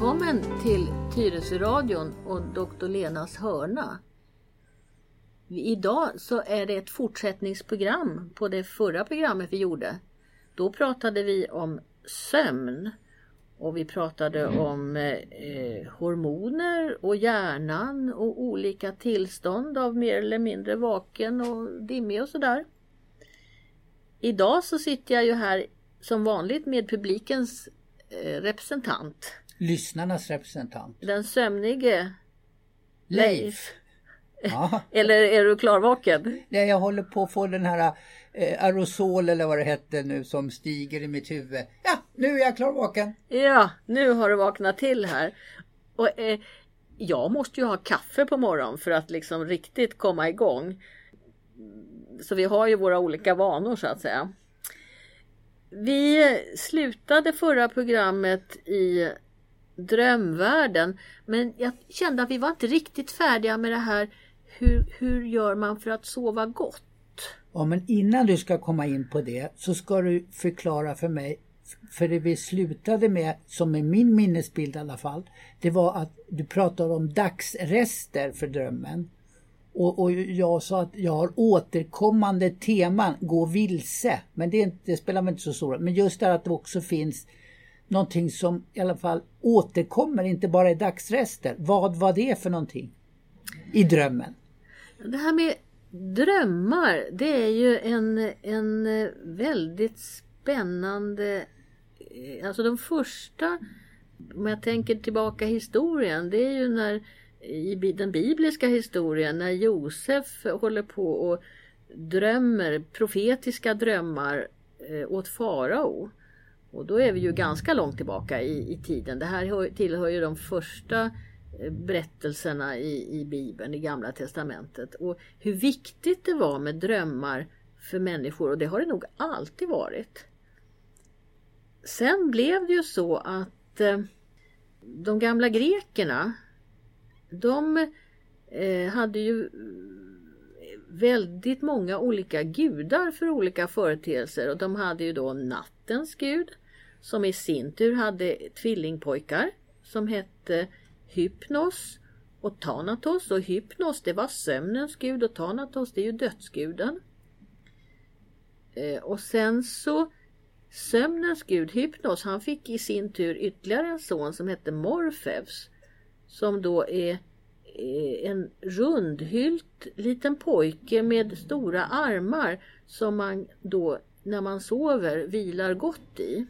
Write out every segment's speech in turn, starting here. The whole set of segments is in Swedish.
Välkommen till Tyresöradion och Dr. Lenas hörna. Idag så är det ett fortsättningsprogram på det förra programmet vi gjorde. Då pratade vi om sömn och vi pratade om hormoner och hjärnan och olika tillstånd av mer eller mindre vaken och dimmig och sådär. Idag så sitter jag ju här som vanligt med publikens representant. Lyssnarnas representant. Den sömnige Leif. Ja. Eller är du klarvaken? Nej, jag håller på att få den här aerosol eller vad det hette nu som stiger i mitt huvud. Ja, nu är jag klarvaken. Ja, nu har du vaknat till här. Och jag måste ju ha kaffe på morgonen för att liksom riktigt komma igång. Så vi har ju våra olika vanor så att säga. Vi slutade förra programmet i drömvärlden, men jag kände att vi var inte riktigt färdiga med det här. Hur gör man för att sova gott? Ja, men innan du ska komma in på det så ska du förklara för mig, för det vi slutade med, som är min minnesbild i alla fall, det var att du pratade om dagsrester för drömmen. Och jag sa att jag har återkommande teman, gå vilse. Men det spelar väl inte så stor roll. Men just det att det också finns någonting som i alla fall återkommer, inte bara i dagsrester. Vad var det för någonting i drömmen? Det här med drömmar, det är ju en väldigt spännande... Alltså de första, om jag tänker tillbaka i historien, det är ju när... i den bibliska historien när Josef håller på och drömmer profetiska drömmar åt farao. Och då är vi ju ganska långt tillbaka i tiden. Det här tillhör ju de första berättelserna i Bibeln, i Gamla testamentet. Och hur viktigt det var med drömmar för människor, och det har det nog alltid varit. Sen blev det ju så att de gamla grekerna, de hade ju väldigt många olika gudar för olika företeelser. Och de hade ju då nattens gud, som i sin tur hade tvillingpojkar som hette Hypnos och Thanatos. Och Hypnos, det var sömnens gud, och Thanatos, det är ju dödsguden. Och sen så sömnens gud Hypnos, han fick i sin tur ytterligare en son som hette Morpheus, som då är en rundhylt liten pojke med stora armar som man då när man sover vilar gott i.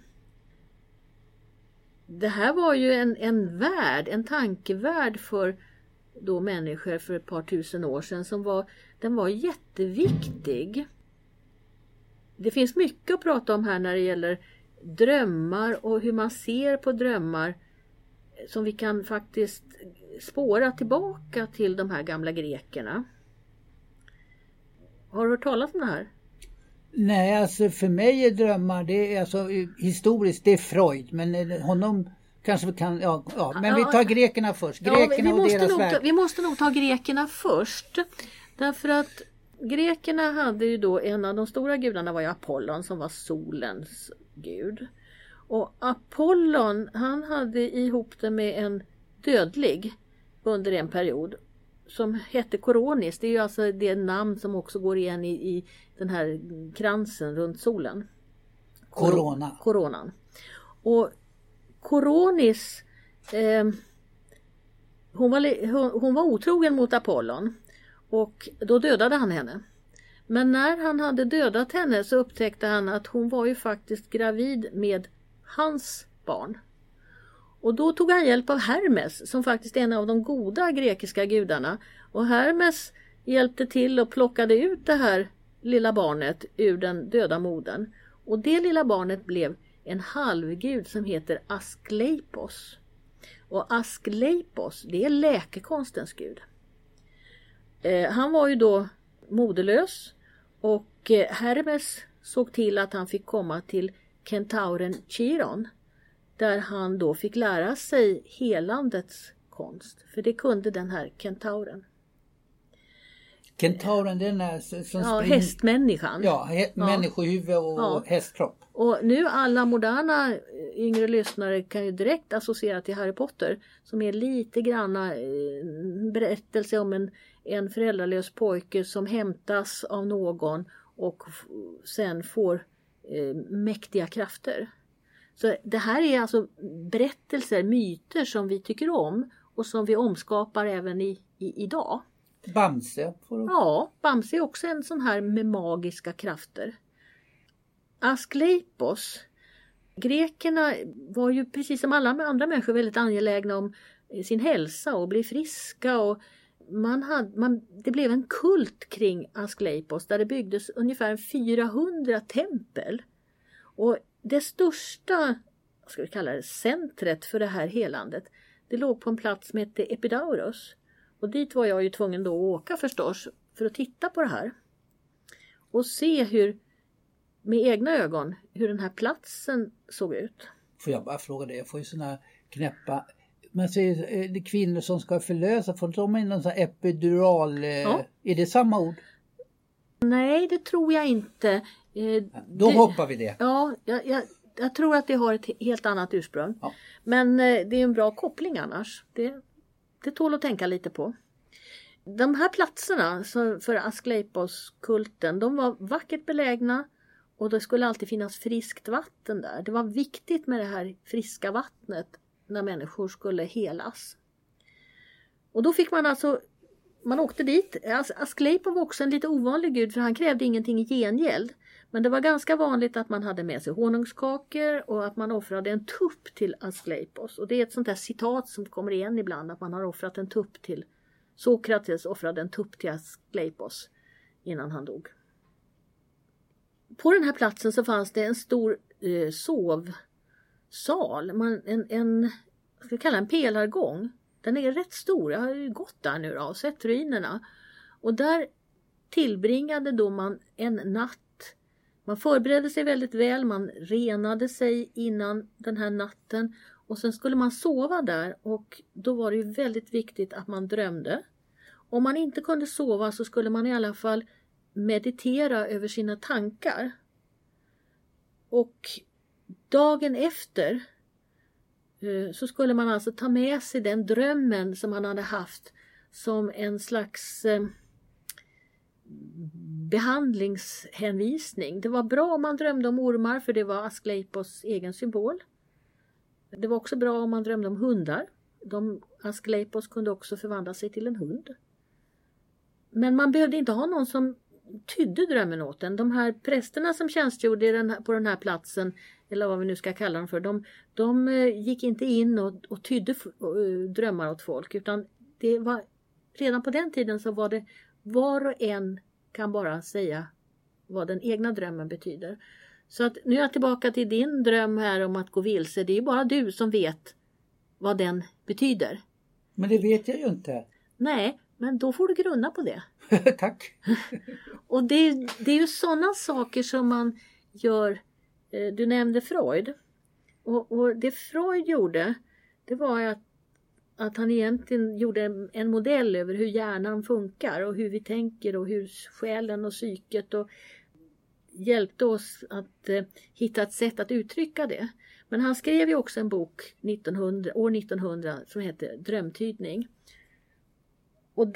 Det här var ju en värld, en tankevärld för då människor för ett par tusen år sedan den var jätteviktig. Det finns mycket att prata om här när det gäller drömmar och hur man ser på drömmar, som vi kan faktiskt spåra tillbaka till de här gamla grekerna. Har du hört talas om det här? Nej, alltså för mig är drömmar, det är alltså historiskt, det är Freud, men honom kanske vi kan, men vi tar grekerna först. Grekerna och deras värld. Vi måste nog ta grekerna först, därför att grekerna hade ju då, en av de stora gudarna var ju Apollon, som var solens gud. Och Apollon, han hade ihop det med en dödlig under en period som hette Koronis. Det är ju alltså det namn som också går igen i den här kransen runt solen. Koronan. Och Koronis, hon var otrogen mot Apollon, och då dödade han henne. Men när han hade dödat henne så upptäckte han att hon var ju faktiskt gravid med hans barn. Och då tog han hjälp av Hermes, som faktiskt är en av de goda grekiska gudarna. Och Hermes hjälpte till och plockade ut det här lilla barnet ur den döda modern. Och det lilla barnet blev en halvgud som heter Askleipos. Och Askleipos, det är läkekonstens gud. Han var ju då moderlös, och Hermes såg till att han fick komma till kentauren Chiron, där han då fick lära sig helandets konst, för det kunde den här kentauren. Kentauren, den är som hästmänniskan. Ja, människohuvud och hästkropp. Och nu alla moderna yngre lyssnare kan ju direkt associera till Harry Potter, som är lite granna berättelse om en föräldralös pojke som hämtas av någon och sen får mäktiga krafter. Så det här är alltså berättelser, myter som vi tycker om och som vi omskapar även idag. Bamse? Ja, Bamse är också en sån här med magiska krafter. Askleipos. Grekerna var ju precis som alla andra människor väldigt angelägna om sin hälsa och bli friska. Och det blev en kult kring Askleipos där det byggdes ungefär 400 tempel. Och det största, vad ska vi kalla det, centret för det här helandet, det låg på en plats som hette Epidauros. Och dit var jag ju tvungen då att åka förstås för att titta på det här. Och se med egna ögon hur den här platsen såg ut. Får jag bara fråga dig, jag får ju såna knäppa. Man säger det kvinnor som ska förlösa, får de in någon sån här epidural, är det samma ord? Nej, det tror jag inte. Då hoppar vi det. Ja, jag tror att det har ett helt annat ursprung. Ja. Men det är en bra koppling annars. Det tål att tänka lite på. De här platserna för Askleipos-kulten, de var vackert belägna och det skulle alltid finnas friskt vatten där. Det var viktigt med det här friska vattnet när människor skulle helas. Och då fick man åkte dit. Askleipos var också en lite ovanlig gud för han krävde ingenting i gengäld. Men det var ganska vanligt att man hade med sig honungskakor och att man offrade en tupp till Askleipos. Och det är ett sånt där citat som kommer igen ibland, att man har offrat en tupp till Sokrates, offrade en tupp till Askleipos innan han dog. På den här platsen så fanns det en stor sovsal, ska vi kalla en pelargång. Den är rätt stor, jag har ju gått där nu och sett ruinerna. Och där tillbringade då man en natt. Man förberedde sig väldigt väl, man renade sig innan den här natten och sen skulle man sova där och då var det ju väldigt viktigt att man drömde. Om man inte kunde sova så skulle man i alla fall meditera över sina tankar. Och dagen efter så skulle man alltså ta med sig den drömmen som man hade haft som en slags behandlingshänvisning. Det var bra om man drömde om ormar för det var Askleipos egen symbol. Det var också bra om man drömde om hundar. Askleipos kunde också förvandla sig till en hund. Men man behövde inte ha någon som tydde drömmen åt en. De här prästerna som tjänstgjorde på den här platsen, eller vad vi nu ska kalla dem för, de gick inte in och tydde drömmar åt folk, utan det var redan på den tiden så var det var och en kan bara säga vad den egna drömmen betyder. Så att nu är jag tillbaka till din dröm här om att gå vilse. Det är bara du som vet vad den betyder. Men det vet jag ju inte. Nej, men då får du grunna på det. Tack. Och det är ju sådana saker som man gör. Du nämnde Freud. Och det Freud gjorde, det var att han egentligen gjorde en modell över hur hjärnan funkar och hur vi tänker och hur själen och psyket och hjälpte oss att hitta ett sätt att uttrycka det. Men han skrev ju också en bok år 1900 som heter Drömtydning. Och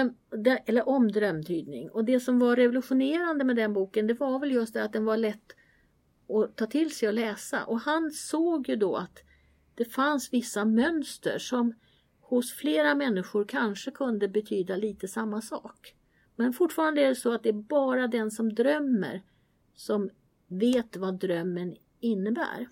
om drömtydning. Och det som var revolutionerande med den boken, det var väl just det att den var lätt att ta till sig och läsa. Och han såg ju då att det fanns vissa mönster som hos flera människor kanske kunde betyda lite samma sak. Men fortfarande är det så att det är bara den som drömmer som vet vad drömmen innebär.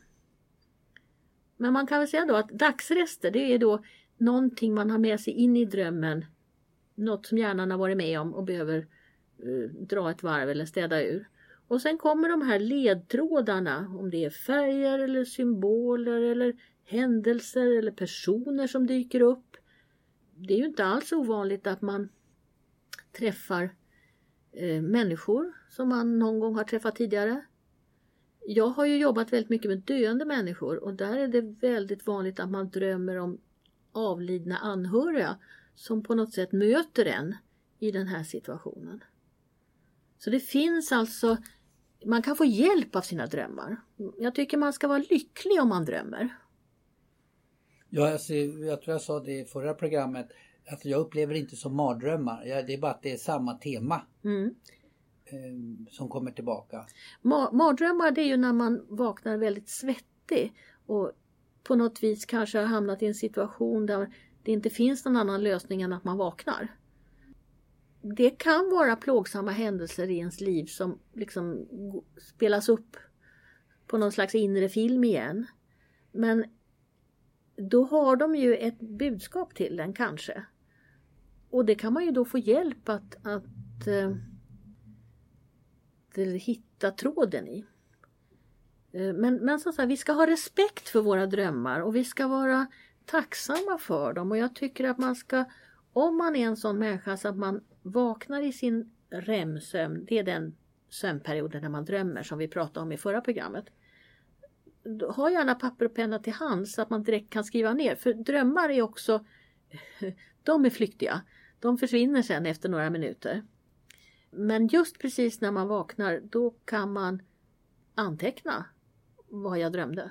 Men man kan väl säga då att dagsrester, det är då någonting man har med sig in i drömmen. Något som hjärnan har varit med om och behöver dra ett varv eller städa ur. Och sen kommer de här ledtrådarna, om det är färger eller symboler eller händelser eller personer som dyker upp. Det är ju inte alls ovanligt att man träffar människor som man någon gång har träffat tidigare. Jag har ju jobbat väldigt mycket med döende människor och där är det väldigt vanligt att man drömmer om avlidna anhöriga som på något sätt möter en i den här situationen. Så det finns alltså, man kan få hjälp av sina drömmar. Jag tycker man ska vara lycklig om man drömmer. Ja, alltså, jag tror jag sa det i förra programmet. Att jag upplever inte som mardrömmar. Det är bara att det är samma tema som kommer tillbaka. Mardrömmar, det är ju när man vaknar väldigt svettig och på något vis kanske har hamnat i en situation där det inte finns någon annan lösning än att man vaknar. Det kan vara plågsamma händelser i ens liv som liksom spelas upp på någon slags inre film igen. Men då har de ju ett budskap till den kanske. Och det kan man ju då få hjälp att hitta tråden i. Men så att säga, vi ska ha respekt för våra drömmar och vi ska vara tacksamma för dem. Och jag tycker att man ska, om man är en sån människa så att man vaknar i sin REM-sömn, det är den sömnperioden när man drömmer som vi pratade om i förra programmet. Ha gärna papper och penna till hands så att man direkt kan skriva ner. För drömmar är också, de är flyktiga. De försvinner sen efter några minuter. Men just precis när man vaknar, då kan man anteckna vad jag drömde.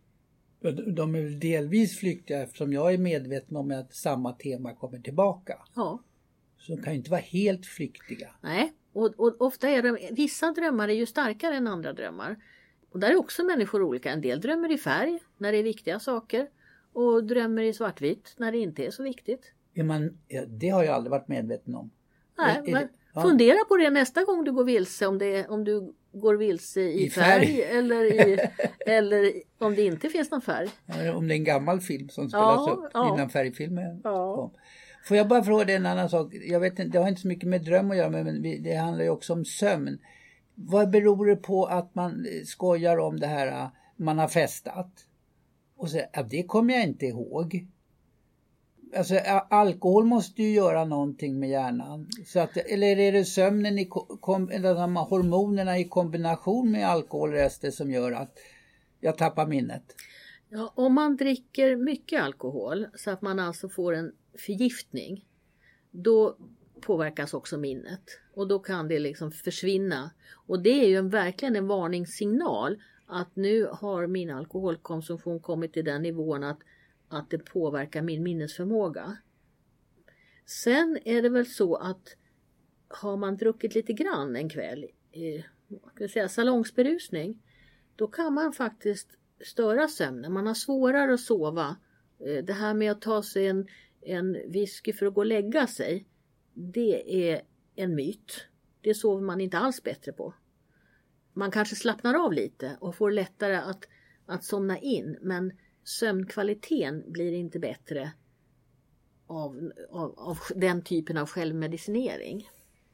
De är väl delvis flyktiga eftersom jag är medveten om att samma tema kommer tillbaka. Ja. Så de kan ju inte vara helt flyktiga. Nej, och ofta är vissa drömmar är ju starkare än andra drömmar. Och där är också människor olika. En del drömmer i färg när det är viktiga saker. Och drömmer i svartvitt när det inte är så viktigt. Det har jag aldrig varit medveten om. Nej, men fundera på det nästa gång du går vilse. Om du går vilse i färg eller om det inte finns någon färg. Om det är en gammal film som spelas upp innan färgfilmen kom. Får jag bara fråga dig en annan sak? Jag vet inte, det har inte så mycket med dröm att göra, men det handlar ju också om sömn. Vad beror det på att man skojar om det här man har festat? Och så, det kommer jag inte ihåg. Alltså alkohol måste ju göra någonting med hjärnan. Så att, eller är det sömnen eller de hormonerna i kombination med alkoholrester som gör att jag tappar minnet? Ja, om man dricker mycket alkohol så att man alltså får en förgiftning, då påverkas också minnet. Och då kan det liksom försvinna. Och det är ju verkligen en varningssignal att nu har min alkoholkonsumtion kommit till den nivån att det påverkar min minnesförmåga. Sen är det väl så att har man druckit lite grann en kväll, salongsberusning, då kan man faktiskt störa sömnen. Man har svårare att sova. Det här med att ta sig en whisky för att gå och lägga sig, det är en myt. Det sover man inte alls bättre på. Man kanske slappnar av lite och får lättare att somna in, men sömnkvaliteten blir inte bättre av den typen av självmedicinering.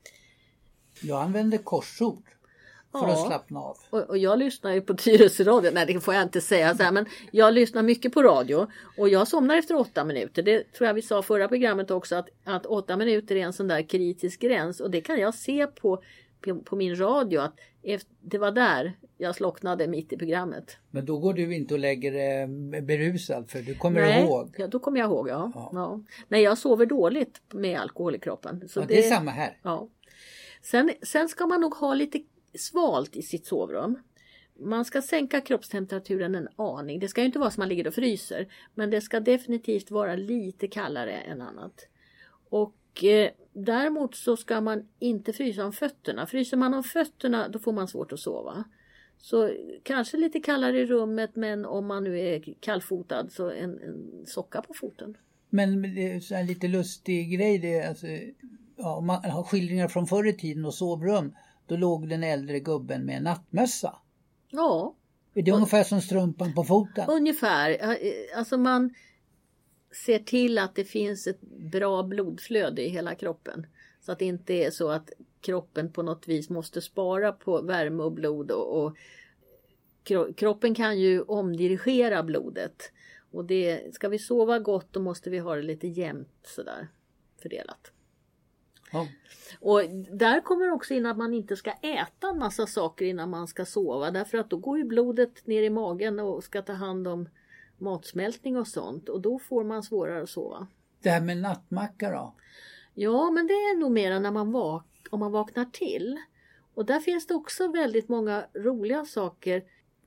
Jag använder korsord för att slappna av. Och jag lyssnar ju på Tyresö radio. Nej, det får jag inte säga så här, men jag lyssnar mycket på radio och jag somnar efter 8 minuter. Det tror jag vi sa förra programmet också, att 8 minuter är en sån där kritisk gräns, och det kan jag se på min radio att det var där jag slocknade mitt i programmet. Men då går du inte och lägger berusad för du kommer ihåg? Ja, då kommer jag ihåg, ja. Nej, jag sover dåligt med alkohol i kroppen. Så det är samma här. Ja. Sen ska man nog ha lite svalt i sitt sovrum. Man ska sänka kroppstemperaturen en aning. Det ska ju inte vara som man ligger och fryser, men det ska definitivt vara lite kallare än annat. Och däremot så ska man inte frysa om fötterna. Fryser man om fötterna, då får man svårt att sova. Så kanske lite kallare i rummet, men om man nu är kallfotad så en socka på foten. Men det är så här lite lustig grej. Det är alltså, om man har skildringar från förr i tiden och sovrum, då låg den äldre gubben med en nattmössa. Ja. Är det ungefär som strumpan på foten? Ungefär. Alltså man ser till att det finns ett bra blodflöde i hela kroppen. Så att det inte är så att kroppen på något vis måste spara på värme och blod. Och kroppen kan ju omdirigera blodet. Och ska vi sova gott, då måste vi ha det lite jämnt sådär fördelat. Ja. Och där kommer också in att man inte ska äta en massa saker innan man ska sova. Därför att då går ju blodet ner i magen och ska ta hand om matsmältning och sånt. Och då får man svårare att sova. Det här med nattmacka då? Ja, men det är nog mera när om man vaknar till. Och där finns det också väldigt många roliga saker.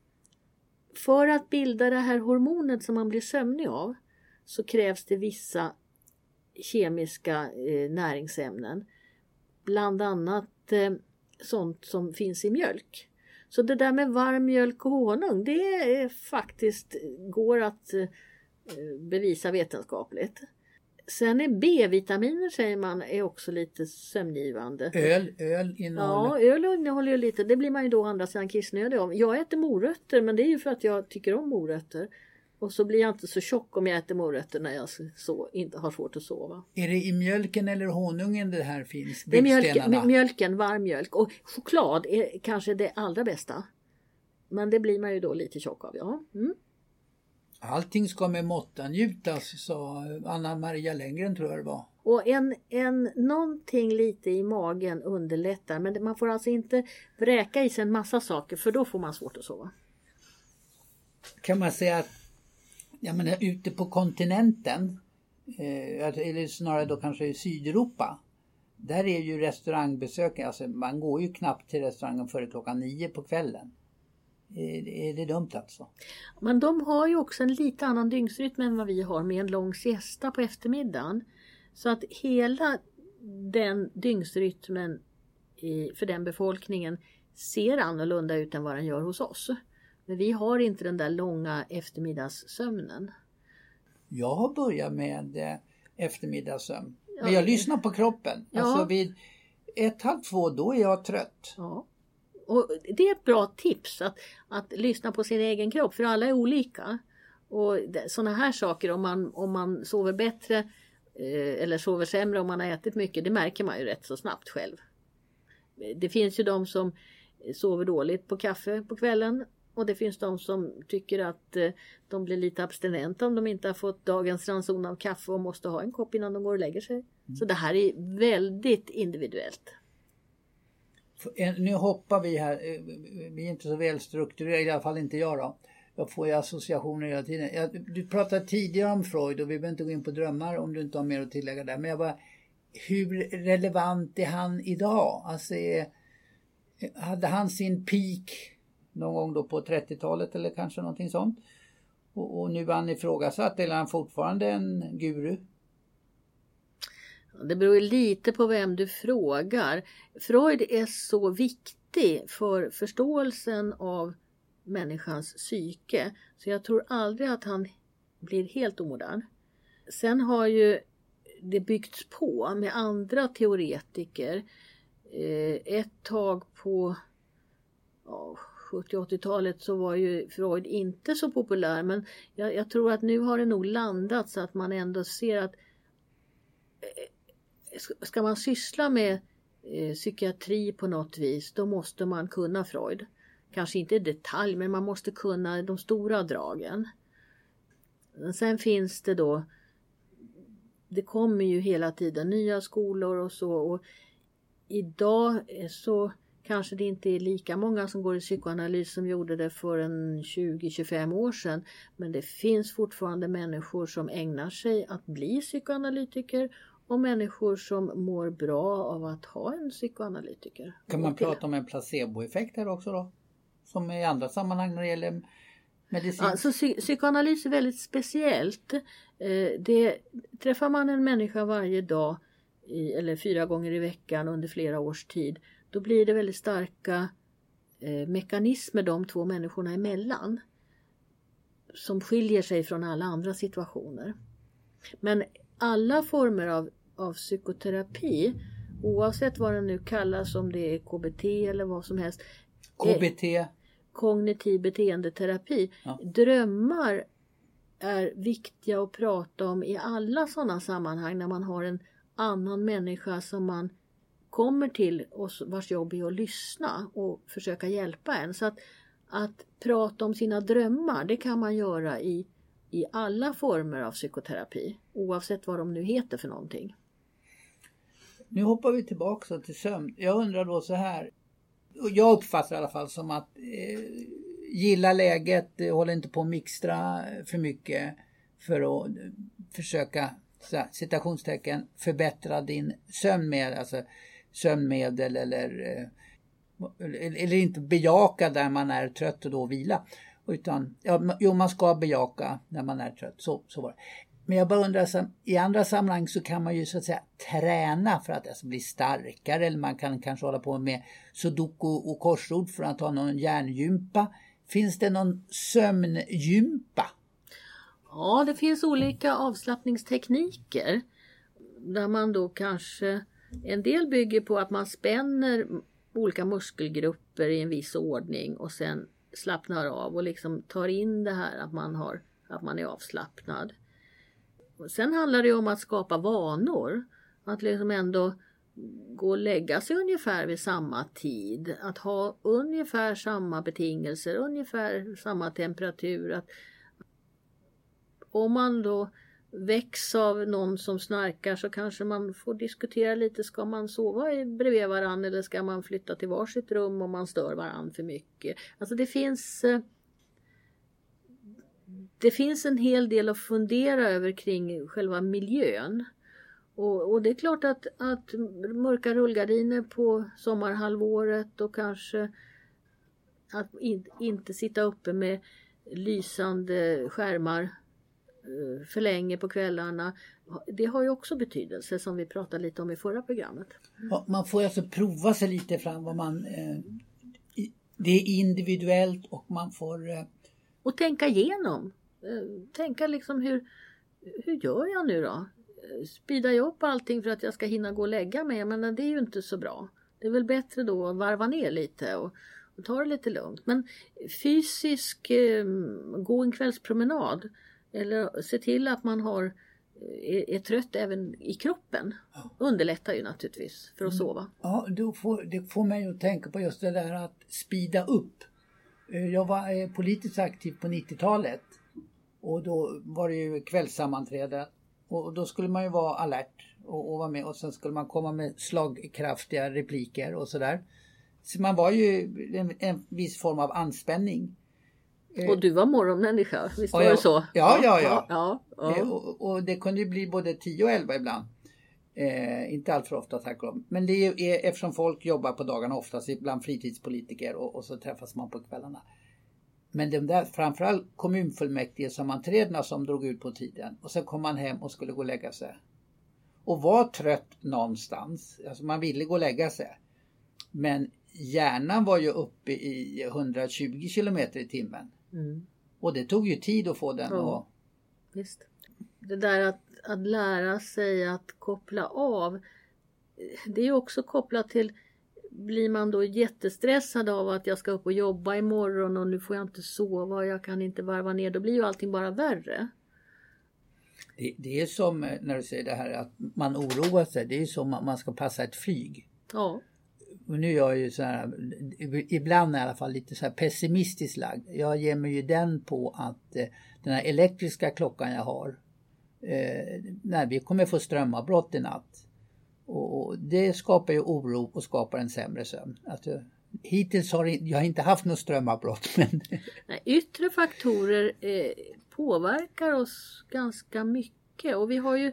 För att bilda det här hormonet som man blir sömnig av så krävs det vissa kemiska näringsämnen. Bland annat sånt som finns i mjölk. Så det där med varm mjölk och honung, det är faktiskt går att bevisa vetenskapligt. Sen är B-vitaminer, säger man, är också lite sömngivande. Öl innehåller... Ja, öl innehåller ju lite. Det blir man ju då andra sidan kissnödig av. Jag äter morötter, men det är ju för att jag tycker om morötter. Och så blir jag inte så tjock om jag äter morötter när jag inte har svårt att sova. Är det i mjölken eller honungen det här finns? Det är mjölken, varm mjölk. Och choklad är kanske det allra bästa. Men det blir man ju då lite tjock av, ja. Mm. Allting ska med måtta njutas, sa Anna-Maria Lenngren, tror jag det var. Och någonting lite i magen underlättar. Men man får alltså inte vräka i sig en massa saker, för då får man svårt att sova. Kan man säga att ute på kontinenten, eller snarare då kanske i Sydeuropa, där är ju restaurangbesök, alltså man går ju knappt till restaurangen före 9:00 på kvällen. Är det dumt alltså? Men de har ju också en lite annan dygnsrytm än vad vi har, med en lång siesta på eftermiddagen. Så att hela den dygnsrytmen för den befolkningen ser annorlunda ut än vad den gör hos oss. Men vi har inte den där långa eftermiddagssömnen. Jag har börjat med eftermiddagssömn. Men jag lyssnar på kroppen. Ja. Alltså vid 1:30 då är jag trött. Ja. Och det är ett bra tips att lyssna på sin egen kropp, för alla är olika. Och sådana här saker, om man sover bättre eller sover sämre om man har ätit mycket, det märker man ju rätt så snabbt själv. Det finns ju de som sover dåligt på kaffe på kvällen, och det finns de som tycker att de blir lite abstinenta om de inte har fått dagens ranson av kaffe och måste ha en kopp innan de går och lägger sig. Så det här är väldigt individuellt. Nu hoppar vi här, vi är inte så välstrukturerade, i alla fall inte jag då. Jag får ju associationer hela tiden. Du pratade tidigare om Freud, och vi behöver inte gå in på drömmar om du inte har mer att tillägga där. Men hur relevant är han idag? Alltså hade han sin peak någon gång då på 30-talet eller kanske någonting sånt? Och nu är han ifrågasatt, eller är han fortfarande en guru? Det beror lite på vem du frågar. Freud är så viktig för förståelsen av människans psyke, så jag tror aldrig att han blir helt omodern. Sen har ju det byggts på med andra teoretiker. Ett tag på 70-80-talet så var ju Freud inte så populär, men jag tror att nu har det nog landat så att man ändå ser att ska man syssla med psykiatri på något vis, då måste man kunna Freud. Kanske inte i detalj, men man måste kunna de stora dragen. Sen finns det då, det kommer ju hela tiden nya skolor och så, och idag så kanske det inte är lika många som går i psykoanalys som gjorde det för en 20-25 år sedan, men det finns fortfarande människor som ägnar sig att bli psykoanalytiker och människor som mår bra av att ha en psykoanalytiker. Kan man prata om en placeboeffekt här också då? Som i andra sammanhang när det gäller medicin? Alltså psykoanalys är väldigt speciellt. Träffar man en människa varje dag eller 4 gånger i veckan under flera års tid, då blir det väldigt starka mekanismer de två människorna emellan som skiljer sig från alla andra situationer. Men alla former av psykoterapi, oavsett vad den nu kallas, om det är KBT eller vad som helst. KBT? Kognitiv beteendeterapi. Ja. Drömmar är viktiga att prata om i alla sådana sammanhang när man har en annan människa som man kommer till och vars jobb är att lyssna och försöka hjälpa en. Så att prata om sina drömmar, det kan man göra i alla former av psykoterapi, oavsett vad de nu heter för någonting. Nu hoppar vi tillbaka till sömn. Jag undrar då så här, och jag uppfattar i alla fall som att gilla läget, håller inte på att mixtra för mycket för att försöka citationstecken förbättra din sömn med alltså sömnmedel eller inte bejaka där man är trött och då vila. Utan, man ska bejaka när man är trött. Så var det. Men jag bara undrar, i andra sammanhang så kan man ju så att säga träna för att bli starkare. Eller man kan kanske hålla på med sudoku och korsord för att ha någon hjärngympa. Finns det någon sömngympa? Ja, det finns olika avslappningstekniker. Där man då kanske, en del bygger på att man spänner olika muskelgrupper i en viss ordning och sen slappnar av och liksom tar in det här att man är avslappnad. Sen handlar det om att skapa vanor. Att liksom ändå gå och lägga sig ungefär vid samma tid. Att ha ungefär samma betingelser, ungefär samma temperatur. Att om man då väcks av någon som snarkar så kanske man får diskutera lite. Ska man sova bredvid varandra eller ska man flytta till varsitt rum om man stör varandra för mycket? Alltså det finns en hel del att fundera över kring själva miljön. Och det är klart att mörka rullgardiner på sommarhalvåret och kanske att inte sitta uppe med lysande skärmar för länge på kvällarna. Det har ju också betydelse som vi pratade lite om i förra programmet. Ja, man får alltså prova sig lite fram vad man... det är individuellt och man får... Och tänka igenom. Tänka liksom hur gör jag nu då? Speedar jag upp allting för att jag ska hinna gå och lägga mig? Men det är ju inte så bra. Det är väl bättre då att varva ner lite och ta det lite lugnt. Men gå en kvällspromenad eller se till att man är trött även i kroppen. Underlättar ju naturligtvis för att sova. Ja, det får mig att tänka på just det där att speeda upp. Jag var politiskt aktiv på 90-talet och då var det ju kvällssammanträde och då skulle man ju vara alert och vara med och sen skulle man komma med slagkraftiga repliker och sådär. Så man var ju en viss form av anspänning. Och du var morgonmänniska, visst var det så? Ja. Och det kunde ju bli både 10 och 11 ibland. Inte allt för ofta, tack och lov. Men det är eftersom folk jobbar på dagarna oftast bland fritidspolitiker och så träffas man på kvällarna. Men de där framförallt kommunfullmäktige sammanträdena som drog ut på tiden. Och sen kom man hem och skulle gå och lägga sig. Och var trött någonstans. Alltså man ville gå och lägga sig. Men hjärnan var ju uppe i 120 kilometer i timmen. Mm. Och det tog ju tid att få den. Ja, visst. Det där att lära sig att koppla av. Det är ju också kopplat till, blir man då jättestressad av att jag ska upp och jobba imorgon och nu får jag inte sova och jag kan inte varva ner. Då blir ju allting bara värre. Det är som när du säger det här att man oroar sig. Det är som att man ska passa ett flyg. Ja. Och nu är jag ju så här, ibland i alla fall lite så här pessimistiskt lagd. Jag ger mig ju den på att den här elektriska klockan jag har, när vi kommer få strömavbrott i natt. Och det skapar ju oro och skapar en sämre sömn. Alltså, hittills har jag inte haft något strömavbrott. Men... Nej, yttre faktorer påverkar oss ganska mycket. Och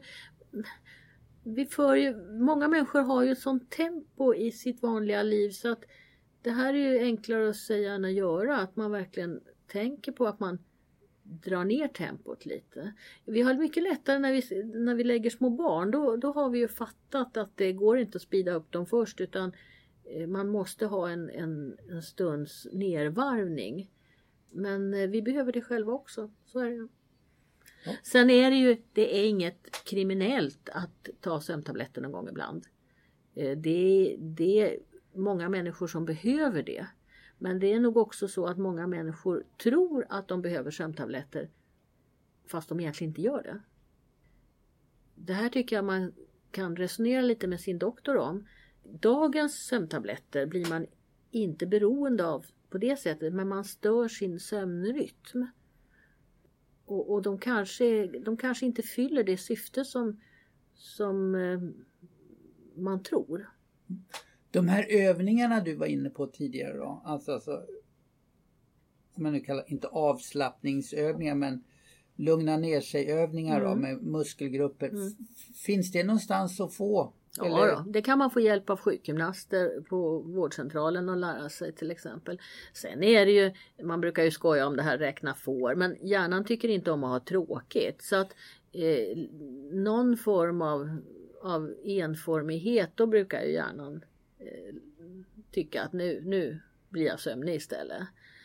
många människor har ju ett sånt tempo i sitt vanliga liv så att det här är ju enklare att säga än att göra. Att man verkligen tänker på att man drar ner tempot lite. Vi har mycket lättare när vi lägger små barn. Då har vi ju fattat att det går inte att speeda upp dem först utan man måste ha en stunds nervarvning. Men vi behöver det själva också. Så är det. Ja. Sen är det är inget kriminellt att ta sömntabletter någon gång ibland. Det är många människor som behöver det. Men det är nog också så att många människor tror att de behöver sömntabletter fast de egentligen inte gör det. Det här tycker jag man kan resonera lite med sin doktor om. Dagens sömntabletter blir man inte beroende av på det sättet, men man stör sin sömnrytm. Och de kanske inte fyller det syfte som man tror. De här övningarna du var inne på tidigare då, alltså om man nu kallar inte avslappningsövningar, men lugna ner sig övningar då, med muskelgrupper. Finns det någonstans att få? Ja, då. Det kan man få hjälp av sjukgymnaster på vårdcentralen att lära sig till exempel. Sen är det ju, man brukar ju skoja om det här räkna får, men hjärnan tycker inte om att ha tråkigt. Så att någon form av enformighet, då brukar ju hjärnan tycka att nu blir jag sömnig istället.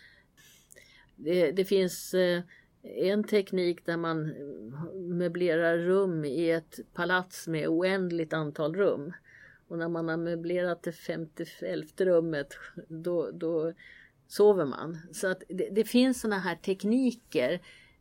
Det finns en teknik där man möblerar rum i ett palats med oändligt antal rum. Och när man har möblerat det 51:e rummet då sover man. Så att det finns såna här tekniker.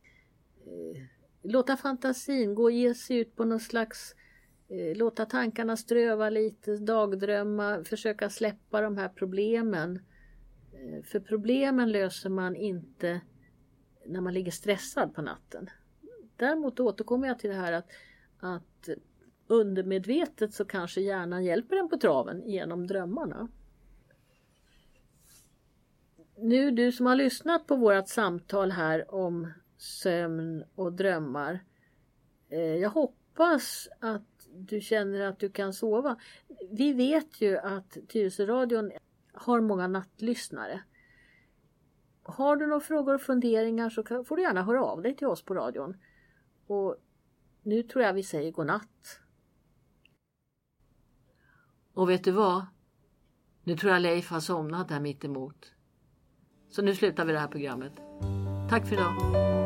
Låta fantasin gå och ge sig ut på någon slags... Låta tankarna ströva lite, dagdrömma, försöka släppa de här problemen. För problemen löser man inte när man ligger stressad på natten. Däremot återkommer jag till det här att undermedvetet så kanske hjärnan hjälper en på traven genom drömmarna. Nu du som har lyssnat på vårt samtal här om sömn och drömmar. Jag hoppas att du känner att du kan sova. Vi vet ju att Tyresöradion har många nattlyssnare. Har du några frågor och funderingar så får du gärna höra av dig till oss på radion. Och nu tror jag vi säger godnatt. Och vet du vad? Nu tror jag Leif har somnat här mitt emot. Så nu slutar vi det här programmet. Tack för idag.